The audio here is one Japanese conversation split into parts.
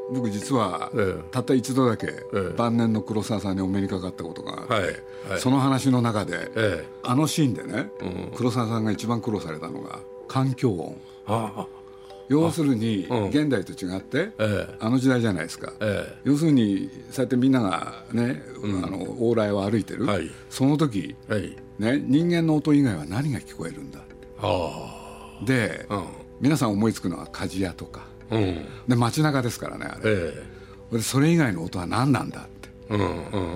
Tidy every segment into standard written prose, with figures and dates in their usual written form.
僕実はたった一度だけ晩年の黒沢さんにお目にかかったことがあって、その話の中で、あのシーンでね、黒沢さんが一番苦労されたのが環境音。要するに現代と違って、あの時代じゃないですか、要するにそうやってみんながね、往来を歩いてる、その時、ね、人間の音以外は何が聞こえるんだって。で、皆さん思いつくのは鍛冶屋とか、で街中ですからねあれ、でそれ以外の音は何なんだって、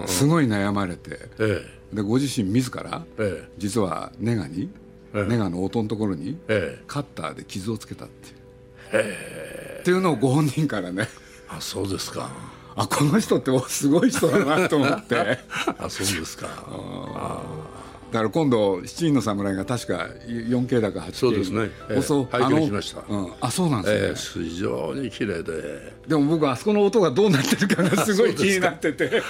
すごい悩まれて、でご自身自ら、実はネガの音のところにカッターで傷をつけたっていうのをご本人からね。 あ、そうですか。 あ、この人ってすごい人だなと思ってあ、そうですか。 だから今度七人の侍が確か 4K だか 8K そうですね、拝見しました。 あ、そうなんですね、非常に綺麗で。 でも僕あそこの音がどうなってるかがすごい気になってて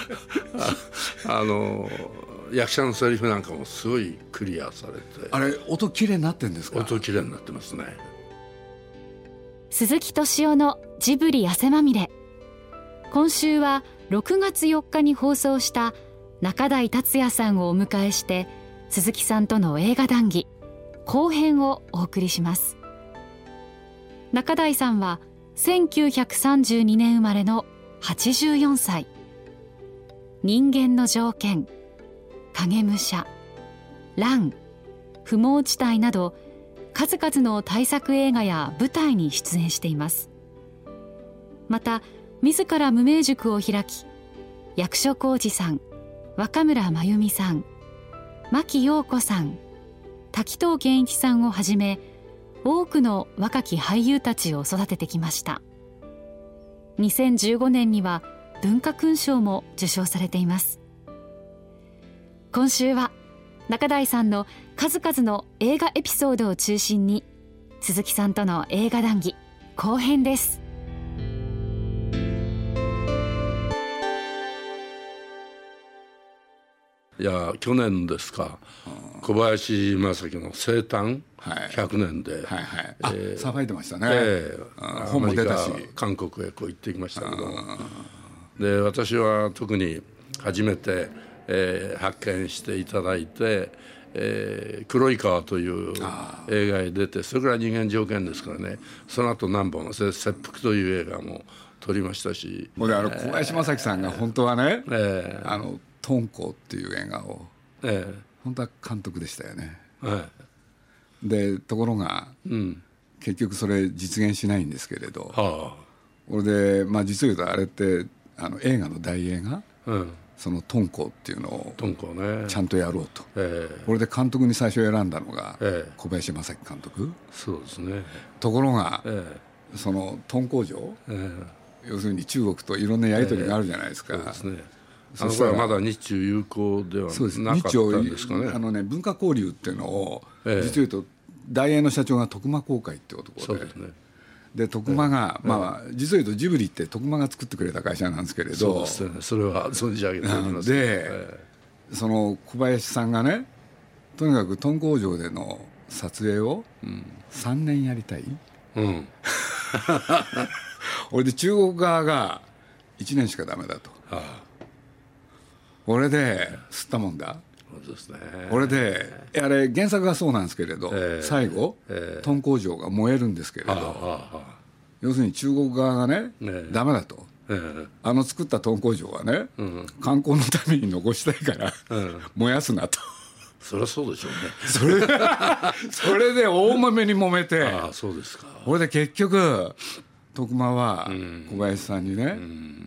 役者のセリフなんかもすごいクリアされて。 あれ音綺麗になってるんですか？ 音綺麗になってますね。 鈴木敏夫のジブリ汗まみれ。今週は6月4日に放送した中台達也さんをお迎えして鈴木さんとの映画談義後編をお送りします。中台さんは1932年生まれの84歳。人間の条件、影武者、乱、不毛地帯など数々の大作映画や舞台に出演しています。また自ら無名塾を開き、役所広司さん、若村真由美さん、牧陽子さん、滝藤賢一さんをはじめ多くの若き俳優たちを育ててきました。2015年には文化勲章も受章されています。今週は中台さんの数々の映画エピソードを中心に鈴木さんとの映画談義後編です。 いや去年ですか、小林正樹の生誕100年で、 騒いでましたね、本も出たし韓国へこう行ってきましたけど、で私は特に初めて、発見していただいて、黒い川という映画に出て、それから人間条件ですからね、その後何本切腹という映画も撮りましたし、 小林正樹さんが本当はね、敦煌っていう映画を、本当は監督でしたよね、でところが、結局それ実現しないんですけれど、これで、実を言うとあれって映画の題映画、その敦煌っていうのをちゃんとやろうと、これで監督に最初選んだのが小林正樹監督。 そうですね。 ところが、その敦煌城、要するに中国といろんなやり取りがあるじゃないですか、 そうですね。あの頃はまだ日中友好ではなかったんですかね。 文化交流っていうのを、実を言うと大英の社長が徳間公会って男で、 そうですね。 で徳間が、実を言うとジブリって徳間が作ってくれた会社なんですけれど、 そうですね、それは存じ上げております。 で、その小林さんがね、とにかく敦煌城での撮影を3年やりたい、俺で中国側が1年しかダメだと、俺で吸ったもんだ。 そうですね。 俺であれ原作がそうなんですけれど、最後敦煌城が燃えるんですけれど、要するに中国側がね、ダメだと、作った敦煌城はね、観光のために残したいから、燃やすなと。 そりゃそうでしょうね。 それで大揉めに揉めて、 そうですか。 俺で結局徳間は小林さんにね、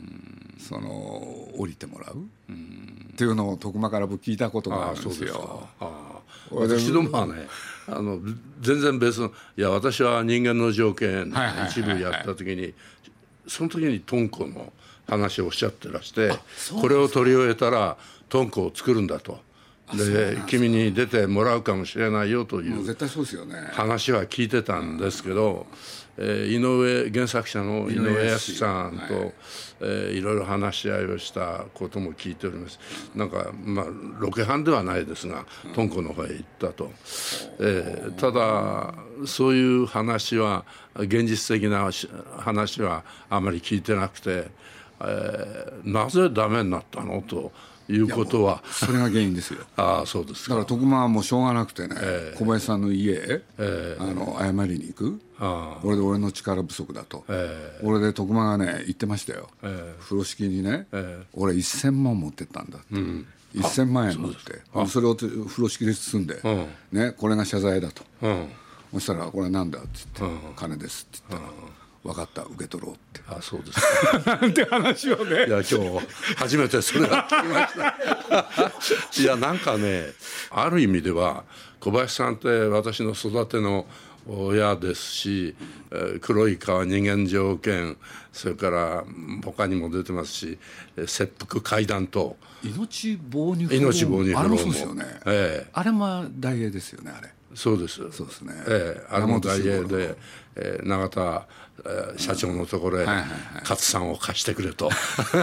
降りてもらうっていうのを徳間から僕聞いたことがあるんですよ。 私どもはね、全然別の、いや私は人間の条件一部やった時に、その時に敦煌の話をおっしゃってらして、これを取り終えたら敦煌を作るんだとで君に出てもらうかもしれないよという絶対そうですよね話は聞いてたんですけど、井上原作者の井上康さんと、いろいろ話し合いをしたことも聞いております。なんかロケハンではないですが敦煌の方へ行ったと、ただそういう話は現実的な話はあまり聞いてなくて、なぜダメになったのということはそれが原因ですよそうですか。 だから徳間はもうしょうがなくてね、小林さんの家へ、謝りに行く。俺の力不足だと、俺で徳間がね言ってましたよ、風呂敷にね、俺1000万持ってったんだって、1000万円持ってそれを風呂敷で包んで、ね、これが謝罪だと、そしたらこれなんだって言って、金ですって言ったら、分かった受け取ろうって。 そうですかなんて話をね。 いや今日初めてそれが聞きましたいやなんかね、ある意味では小林さんって私の育ての親ですし、黒い川人間条件、それから他にも出てますし、切腹怪談と命棒にあれもそうですよね、あれも大英ですよね。あれそうですね、 あれも大英で、永田社長のところへ勝さんを貸してくれと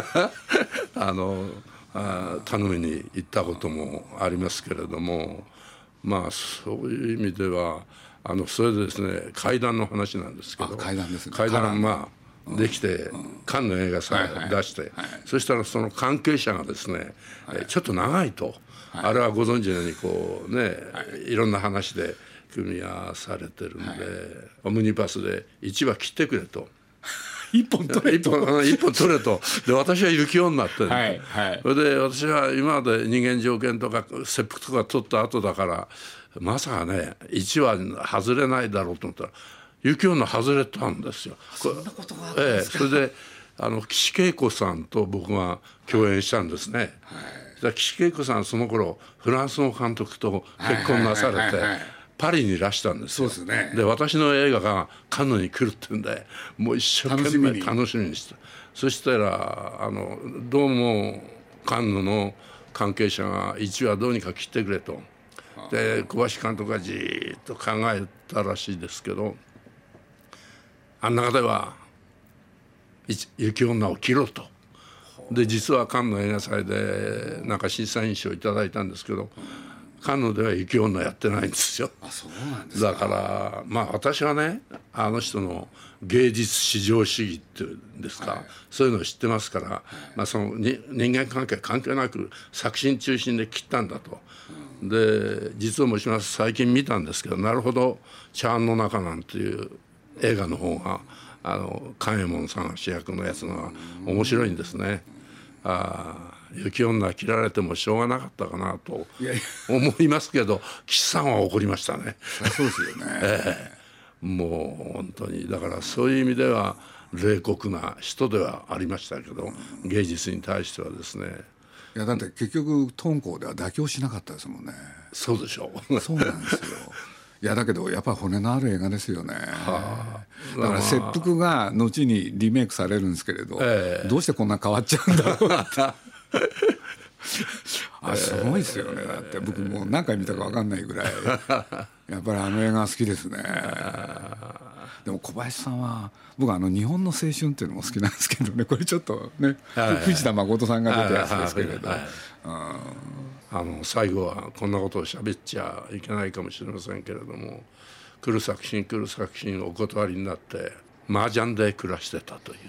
頼みに行ったこともありますけれども、そういう意味ではそれでですね、怪談の話なんですけど、 怪談ですね。 怪談できて、カンヌ映画祭出して、そしたらその関係者がですね、ちょっと長いと、あれはご存知のようにこうね、いろんな話で組み合わされてるんで、オムニバスで1話切ってくれと一本取れと一本取れと。で私は幸男になってる、それで私は今まで人間条件とか切腹とか取った後だから、まさかね1話外れないだろうと思ったら幸男の外れたんですよ。 そんなことがあったんですか。 それで岸恵子さんと僕が共演したんですね。岸恵子さんその頃フランスの監督と結婚なされてパリにいらしたんですよ。 そうですね。 で私の映画がカンヌに来るって言うんで、もう一生懸命楽しみにして、そしたらどうもカンヌの関係者が1話どうにか切ってくれと。で小林監督がじーっと考えたらしいですけど、あん中では雪女を切ろうと。で実はカンヌ映画祭でなんか審査員賞いただいたんですけど、カンヌでは雪女やってないんですよ。 そうなんですか。 だから私はね、あの人の芸術至上主義っていうんですか、そういうのを知ってますから、その人間関係関係なく作品中心で切ったんだと。で実を申します、最近見たんですけど、なるほど茶碗の中なんていう映画の方がカンエモンさんが主役のやつが面白いんですね。雪女切られてもしょうがなかったかなと思いますけど、岸さんは怒りましたね。 そうですよね、 もう本当にだからそういう意味では冷酷な人ではありましたけど、芸術に対してはですね。 いやだって結局敦煌では妥協しなかったですもんね。 そうでしょう。 そうなんですよ。いやだけどやっぱ骨のある映画ですよね。だから切腹が後にリメイクされるんですけれど、どうしてこんな変わっちゃうんだろうってすごいですよね。だって僕もう何回見たか分かんないぐらいやっぱり映画好きですね。でも小林さんは僕日本の青春っていうのも好きなんですけどね、これちょっとね、藤田誠さんが出たやつですけれど、 最後はこんなことを喋っちゃいけないかもしれませんけれども、来る作品お断りになって麻雀で暮らしてたという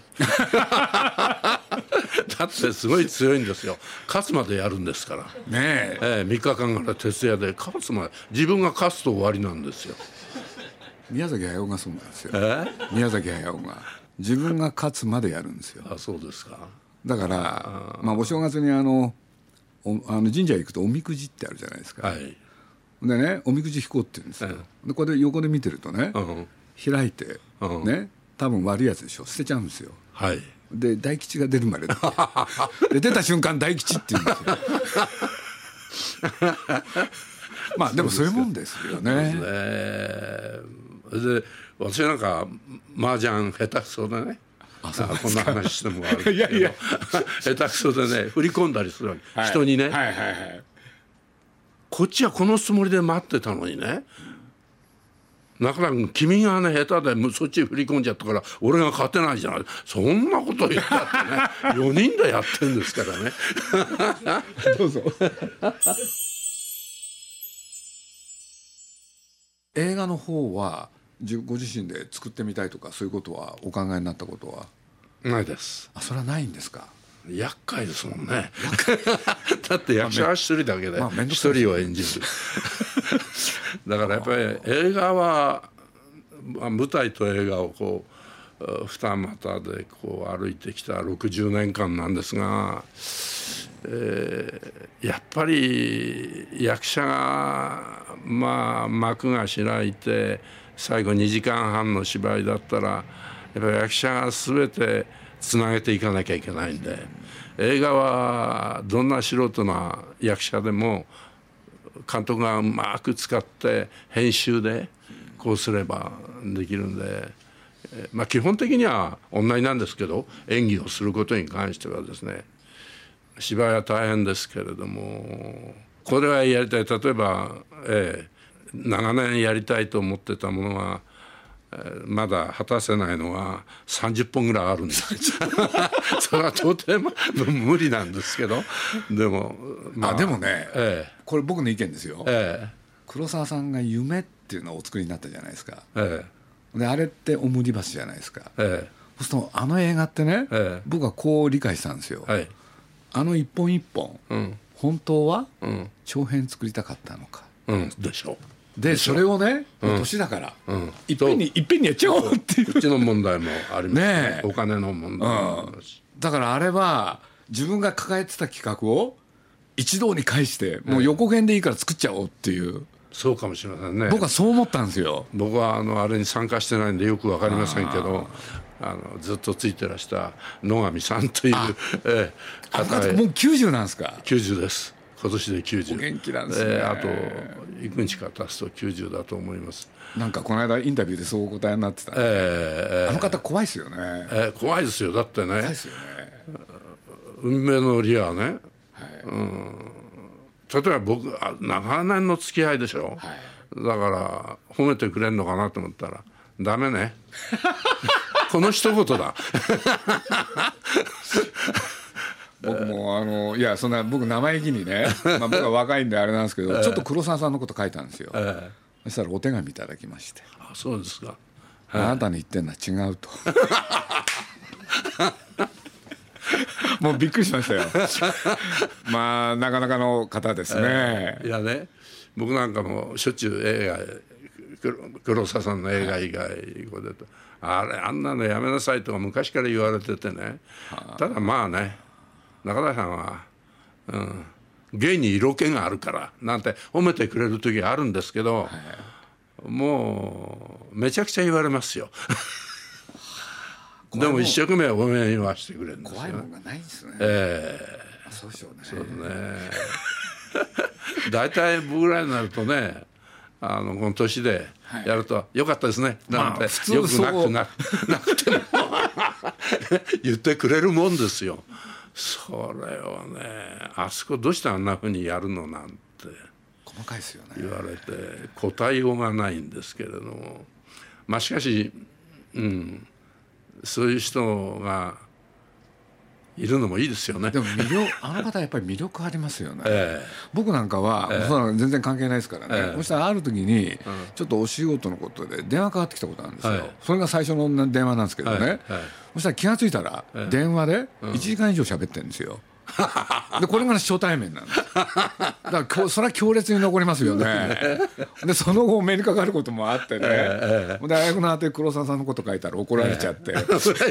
だってすごい強いんですよ。勝つまでやるんですからね。3日間から徹夜で勝つまで、自分が勝つと終わりなんですよ。 宮崎駿がそうなんですよ。宮崎駿が自分が勝つまでやるんですよ。 そうですか。 だからお正月に神社行くとおみくじってあるじゃないですか、でね、おみくじ引こうって言うんですよ、でこれで横で見てるとね、開いて、ね、多分悪いやつでしょ、捨てちゃうんですよ、で大吉が出るまでで出た瞬間大吉って言うんですよでもそういうもんですよね。 で私なんか麻雀下手くそでね、こんな話してもあるけど下手くそでね、振り込んだりするわけ、人にね、 こっちはこのつもりで待ってたのにね、中田君君がね下手でそっち振り込んじゃったから俺が勝てないじゃない、そんなこと言ったってね4人でやってるんですからねどうぞ映画の方はご自身で作ってみたいとかそういうことはお考えになったことはないです。 あ、それはないんですか。 厄介ですもんねだって役者は一人だけで一人を演じるだからやっぱり映画は舞台と映画をこう二股でこう歩いてきた60年間なんですが、やっぱり役者が幕が開いて最後2時間半の芝居だったらやっぱり役者が全てつなげていかなきゃいけないんで、映画はどんな素人な役者でも監督がうまく使って編集でこうすればできるんで、基本的には同じなんですけど、演技をすることに関してはですね、芝居は大変ですけれども、これはやりたい、例えば、長年やりたいと思ってたものがまだ果たせないのは30本ぐらいあるんですそれは到底無理なんですけど、でもでもね、これ僕の意見ですよ、黒沢さんが夢っていうのをお作りになったじゃないですか、であれってオムニバスじゃないですか、そうするとあの映画ってね、僕はこう理解したんですよ、あの一本一本、本当は長編作りたかったのか、 でしょう。 でそれをね、年だから、いっぺんにやっちゃおうっていう、 こっちの問題もありますね、お金の問題もあるし、 だからあれは自分が抱えてた企画を一堂に会してもう横編でいいから作っちゃおうっていう、 そうかもしれませんね。 僕はそう思ったんですよ。 僕はあれに参加してないんでよく分かりませんけど、ずっとついてらした野上さんという方もう90なんですか。 90です、今年で90。 お元気なんですね。 あと幾日か経つと90だと思います。 なんかこの間インタビューでそうお答えになってたんで、あの方怖いですよね。 怖いですよ。だってね、 怖いですよね。 運命のリアね、例えば僕長年の付き合いでしょ、だから褒めてくれんのかなと思ったらダメねこの一言だ僕もいやそんな僕生意気にね、僕は若いんであれなんですけど、ちょっと黒沢さんのこと書いたんですよ、そしたらお手紙いただきまして、 そうですか、 あなたに言ってんのは違うともうびっくりしましたよなかなかの方ですね。 いやね、僕なんかもしょっちゅう映画、黒沢さんの映画以外こであんなのやめなさいとか昔から言われててね、ただ中田さんは、芸に色気があるからなんて褒めてくれる時あるんですけど、もうめちゃくちゃ言われますよでも一生懸命お目にはしてくれるんですよ。 怖いもんがないんですね。そうでしょうね。 そうね大体僕らになるとね、この年でやるとよかったですね、なんてよくなくても言ってくれるもんですよ。それをね、あそこどうしてあんなふうにやるのなんて細かいですよね、 言われて答えようがないんですけれども、しかし、そういう人がいるのもいいですよね。 でもあの方やっぱり魅力ありますよね。僕なんかは、全然関係ないですからね、そしたらある時にちょっとお仕事のことで電話かかってきたことなんですよ、それが最初の電話なんですけどね、そしたら気が付いたら電話で1時間以上喋ってるんですよでこれが初対面なんですだからそれは強烈に残りますよねでその後お目にかかることもあってね、大学のあて黒沢さんのこと書いたら怒られちゃって、い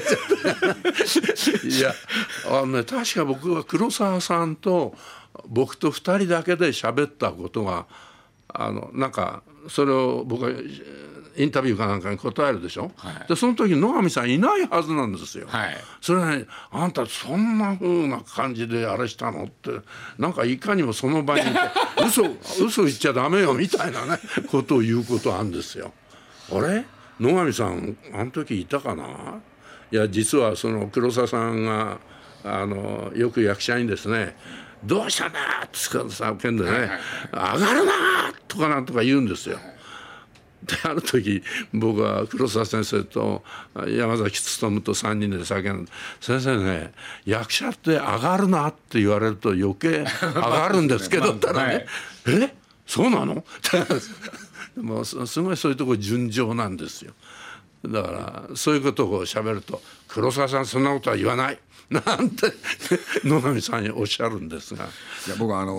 や確か僕は黒沢さんと僕と2人だけで喋ったことがなんかそれを僕はインタビューかなんかに答えるでしょ、でその時野上さんいないはずなんですよ、それね、あんたそんな風な感じであれしたのって、なんかいかにもその場にいて嘘言っちゃダメよみたいなねことを言うことあるんですよ。あれ野上さんあの時いたかな。いや実はその黒沢さんがよく役者にですね、 どうしたんだって叫んでね、上がるなとかなんとか言うんですよ。である時僕は黒沢先生と山崎努と3人で叫んで「先生ね、役者って上がるなって言われると余計上がるんですけど」って言ったらね「えそうなの?」もうすごいそういうとこ純情なんですよ。だからそういうことを喋ると「黒沢さんそんなことは言わない」なんて野上さんにおっしゃるんですが、 いや僕は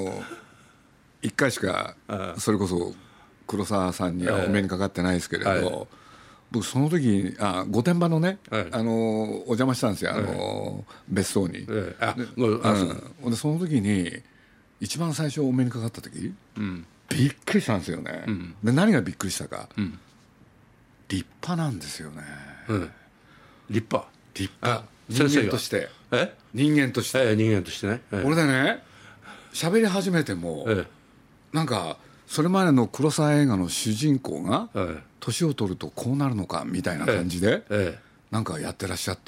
1回しかそれこそ黒沢さんにはお目にかかってないですけれど、僕その時に御殿場のね、お邪魔したんですよ、別荘に。でその時に一番最初お目にかかった時、びっくりしたんですよね。で何がびっくりしたか、立派なんですよね。 立派人間として人間としてね。 俺でね喋り始めても、なんかそれまでの黒沢映画の主人公が年を取るとこうなるのかみたいな感じでなんかやってらっしゃって、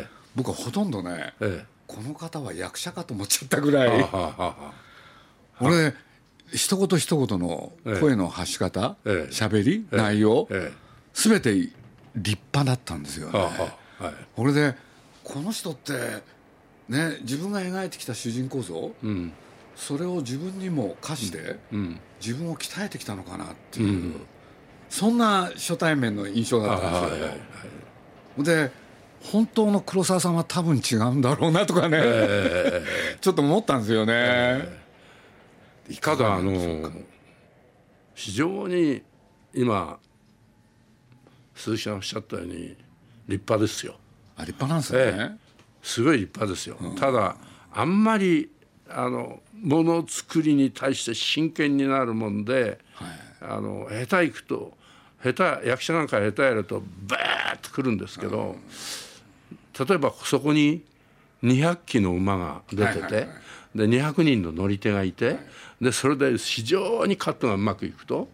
僕はほとんどね、この方は役者かと思っちゃったぐらい、俺一言一言の声の発し方、喋り、内容、全て立派だったんですよね。これでこの人ってね、自分が描いてきた主人公像、それを自分にも課して、自分を鍛えてきたのかなっていう、そんな初対面の印象だったんですよ。で本当の黒沢さんは多分違うんだろうなとかね、ちょっと思ったんですよね。 ただ非常に今鈴木さんおっしゃったように立派ですよ。 立派なんですね。 すごい立派ですよ。ただあんまりもの作りに対して真剣になるもんで、下手いくと役者なんか下手やるとバーッとくるんですけど、例えばそこに200騎の馬が出てて、で200人の乗り手がいて、でそれで非常にカットがうまくいくと、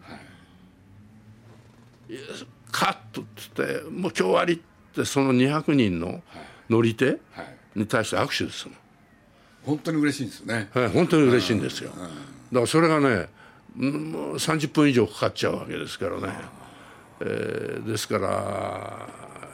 カットって言ってもう今日終わりってその200人の乗り手に対して握手ですもん。 本当に嬉しいんですよね。 本当に嬉しいんですよ。だからそれがねもう30分以上かかっちゃうわけですからね。ですから、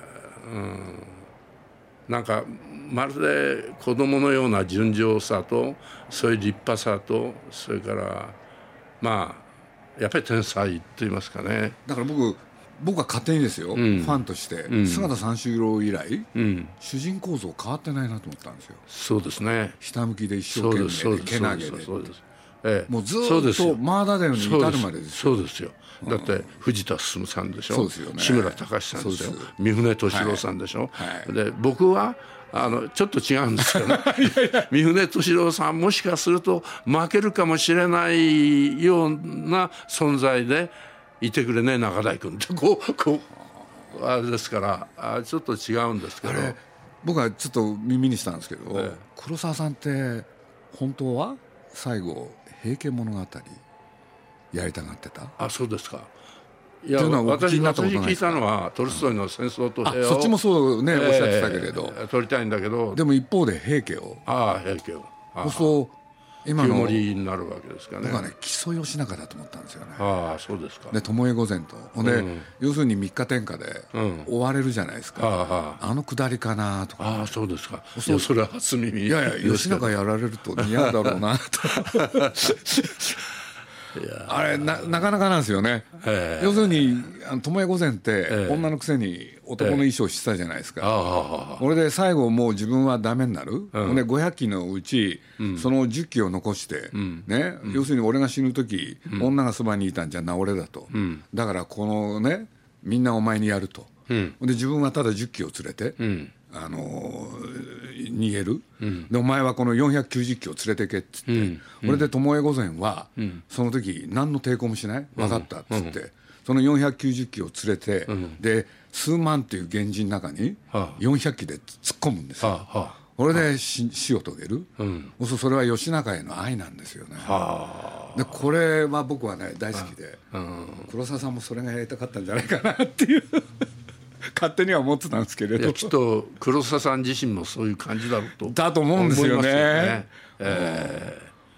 なんかまるで子供のような純情さとそういう立派さと、それからまあやっぱり天才って言いますかね。 だから僕は勝手にですよ、ファンとして、姿三四郎以来、主人公像変わってないなと思ったんですよ。 そうですね。 ひたむきで一生懸命でけなげで、もうずっとマーダデンに至るまでですよ。 そうですよ。だって藤田進さんでしょ、志村隆さんですよ、三船敏郎さんでしょ、で僕はちょっと違うんですよね。三船敏郎さんもしかすると負けるかもしれないような存在でいてくれね中台君ってこうあれですからちょっと違うんですけど、 僕はちょっと耳にしたんですけど、黒沢さんって本当は最後平家物語やりたがってた？ そうですか。いや私聞いたのはトルストイの戦争と平和を、 そっちもそうね、おっしゃってたけれど撮りたいんだけど、 でも一方で平家を平家をそう今の森になるわけですかね。 僕はね木曽義仲だと思ったんですよね。 そうですか。 で巴御前とで、要するに三日天下で追われるじゃないですか。くだりかなとか。 そうですか。それは初耳。 いや義仲やられると似合うだろうなと。あれ なかなかなんですよね。要するに巴御前って女のくせに男の衣装してたじゃないですか。これで最後もう自分はダメになる、で500機のうち、その10機を残して、ね、要するに俺が死ぬ時、女がそばにいたんじゃな俺だと、だからこのねみんなお前にやると、で自分はただ10機を連れて、逃げる、でお前はこの490機を連れてけっつって、これで巴御前は、その時何の抵抗もしない分かったっつって、その490機を連れて、で数万っていう源氏の中に400機で突っ込むんですよ。これで死を遂げる、それは義仲への愛なんですよね。でこれは僕はね大好きで、黒沢さんもそれがやりたかったんじゃないかなっていう勝手には思ってたんですけれど、 きっと黒沢さん自身もそういう感じだろうとだと思うんですよね。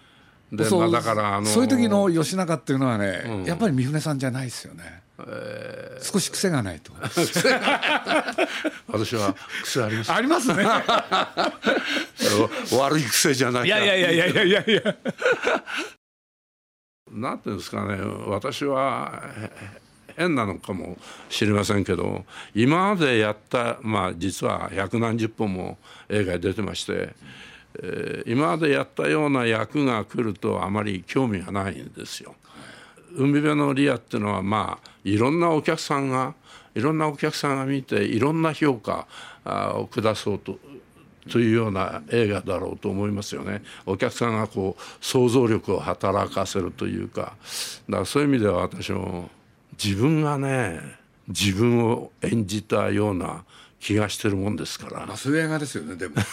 でだからそういう時の義仲っていうのはね、やっぱり三船さんじゃないですよね。少し癖がないと。 私は癖あります。 ありますね。 悪い癖じゃない。 いや。 なんていうんですかね、私は変なのかもしれませんけど、今までやった、実は百何十本も映画に出てまして、今までやったような役が来るとあまり興味がないんですよ。海辺のリアっていうのはいろんなお客さんが見ていろんな評価を下そうというような映画だろうと思いますよね。お客さんが想像力を働かせるというか、だからそういう意味では私も自分がね、自分を演じたような気がしてるもんですから。 そういう映画ですよね。でも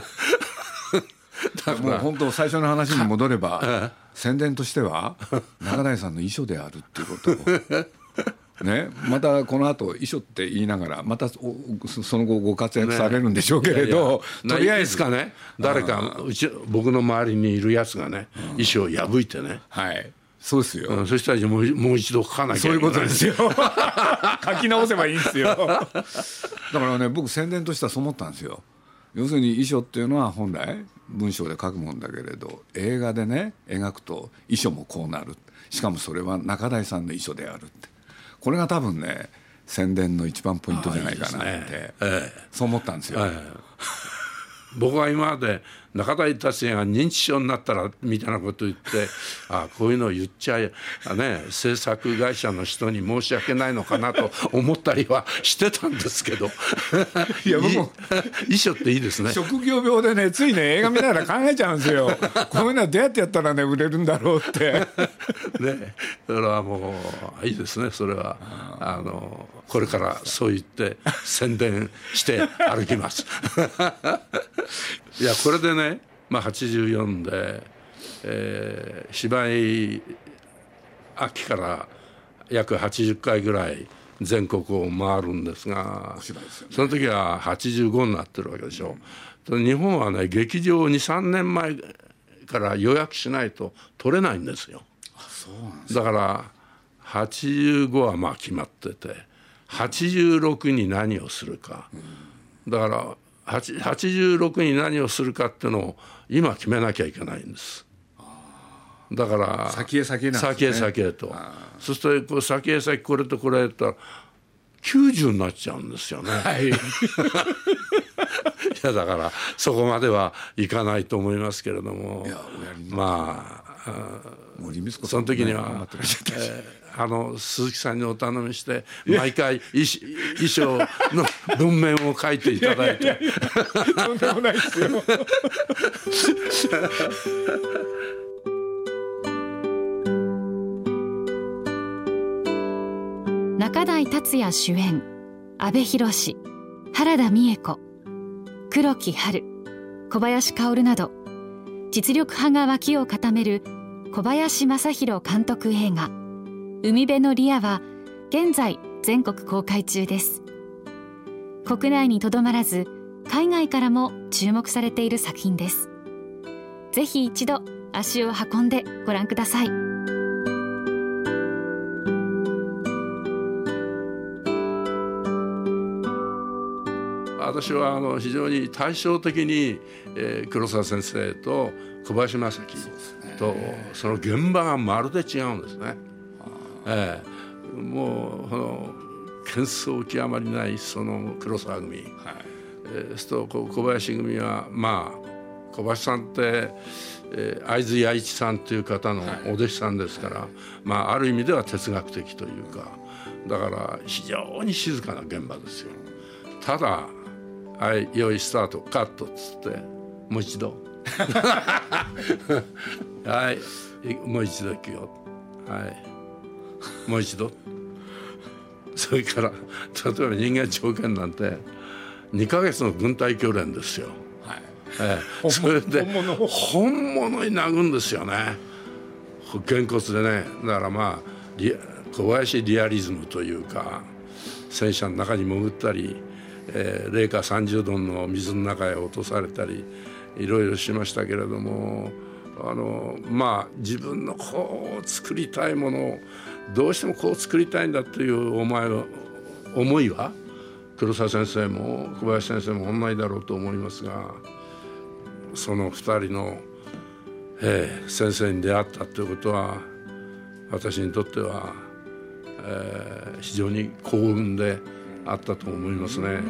もう本当最初の話に戻れば、宣伝としては中台さんの遺書であるっていうことをね、またこの後遺書って言いながらまたその後ご活躍されるんでしょうけれど、 とりあえずかね、誰か僕の周りにいるやつがね、遺書を破いてね、 そうですよ、 そしたらもう一度書かなきゃいけない。 そういうことですよ。書き直せばいいんですよ。だからね、僕宣伝としてはそう思ったんですよ。要するに遺書っていうのは本来文章で書くもんだけれど、映画でね描くと遺書もこうなる、しかもそれは中台さんの遺書であるって、これが多分ね宣伝の一番ポイントじゃないかなって、そう思ったんですよ。 僕は今まで中台達也が認知症になったらみたいなことを言って、こういうのを言っちゃね、制作会社の人に申し訳ないのかなと思ったりはしてたんですけど、 いや僕も遺書っていいですね。 職業病でね、ついね映画見ながら考えちゃうんですよ。こういうのはどうやってやったらね売れるんだろうってね。 それはもういいですね。それはこれからそう言って宣伝して歩きます。いやこれでね、84で、芝居秋から約80回ぐらい全国を回るんですが、その時は85になってるわけでしょ。日本はね、劇場 2,3 年前から予約しないと取れないんですよ。 そうなんですか。 だから85は決まってて、86に何をするか、だから86に何をするかっていうのを今決めなきゃいけないんです。だから先へ先へなんですね。 先へ先へと。そうすると先へ先これとこれやったら90になっちゃうんですよね。いやだからそこまではいかないと思いますけれども、その時には鈴木さんにお頼みして毎回衣装の文面を書いていただいて。 とんでもないですよ。 中台達也主演、阿部寛、原田美枝子、黒木華、小林薫など実力派が脇を固める小林政弘監督映画海辺のリアは現在全国公開中です。国内にとどまらず海外からも注目されている作品です。ぜひ一度足を運んでご覧ください。 私は非常に対照的に、黒沢先生と小林正樹とその現場がまるで違うんですね。もう喧騒極まりないその黒沢組、小林組は小林さんって会津弥一さんという方のお弟子さんですから、ある意味では哲学的というか、だから非常に静かな現場ですよ。ただ用意スタートカットっつってもう一度もう一度行くよ、もう一度。それから例えば人間条件なんて2ヶ月の軍隊教練ですよ。それで本物に殴るんですよね、げんこつでね。だから小林リアリズムというか、戦車の中に潜ったり、零下30度の水の中へ落とされたりいろいろしましたけれども、 自分のこう作りたいものをどうしてもこう作りたいんだという思いは黒沢先生も小林先生も同じだろうと思いますが、その2人の、先生に出会ったということは私にとっては、非常に幸運であったと思いますね。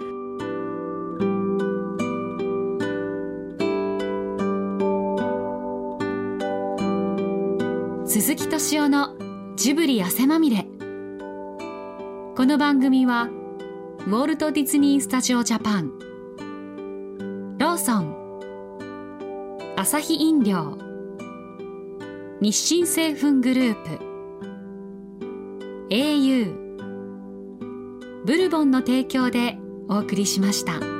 鈴木敏夫のジブリ汗まみれ。この番組はウォルト・ディズニー・スタジオ・ジャパン、ローソン、アサヒ飲料、日清製粉グループ、au、ブルボンの提供でお送りしました。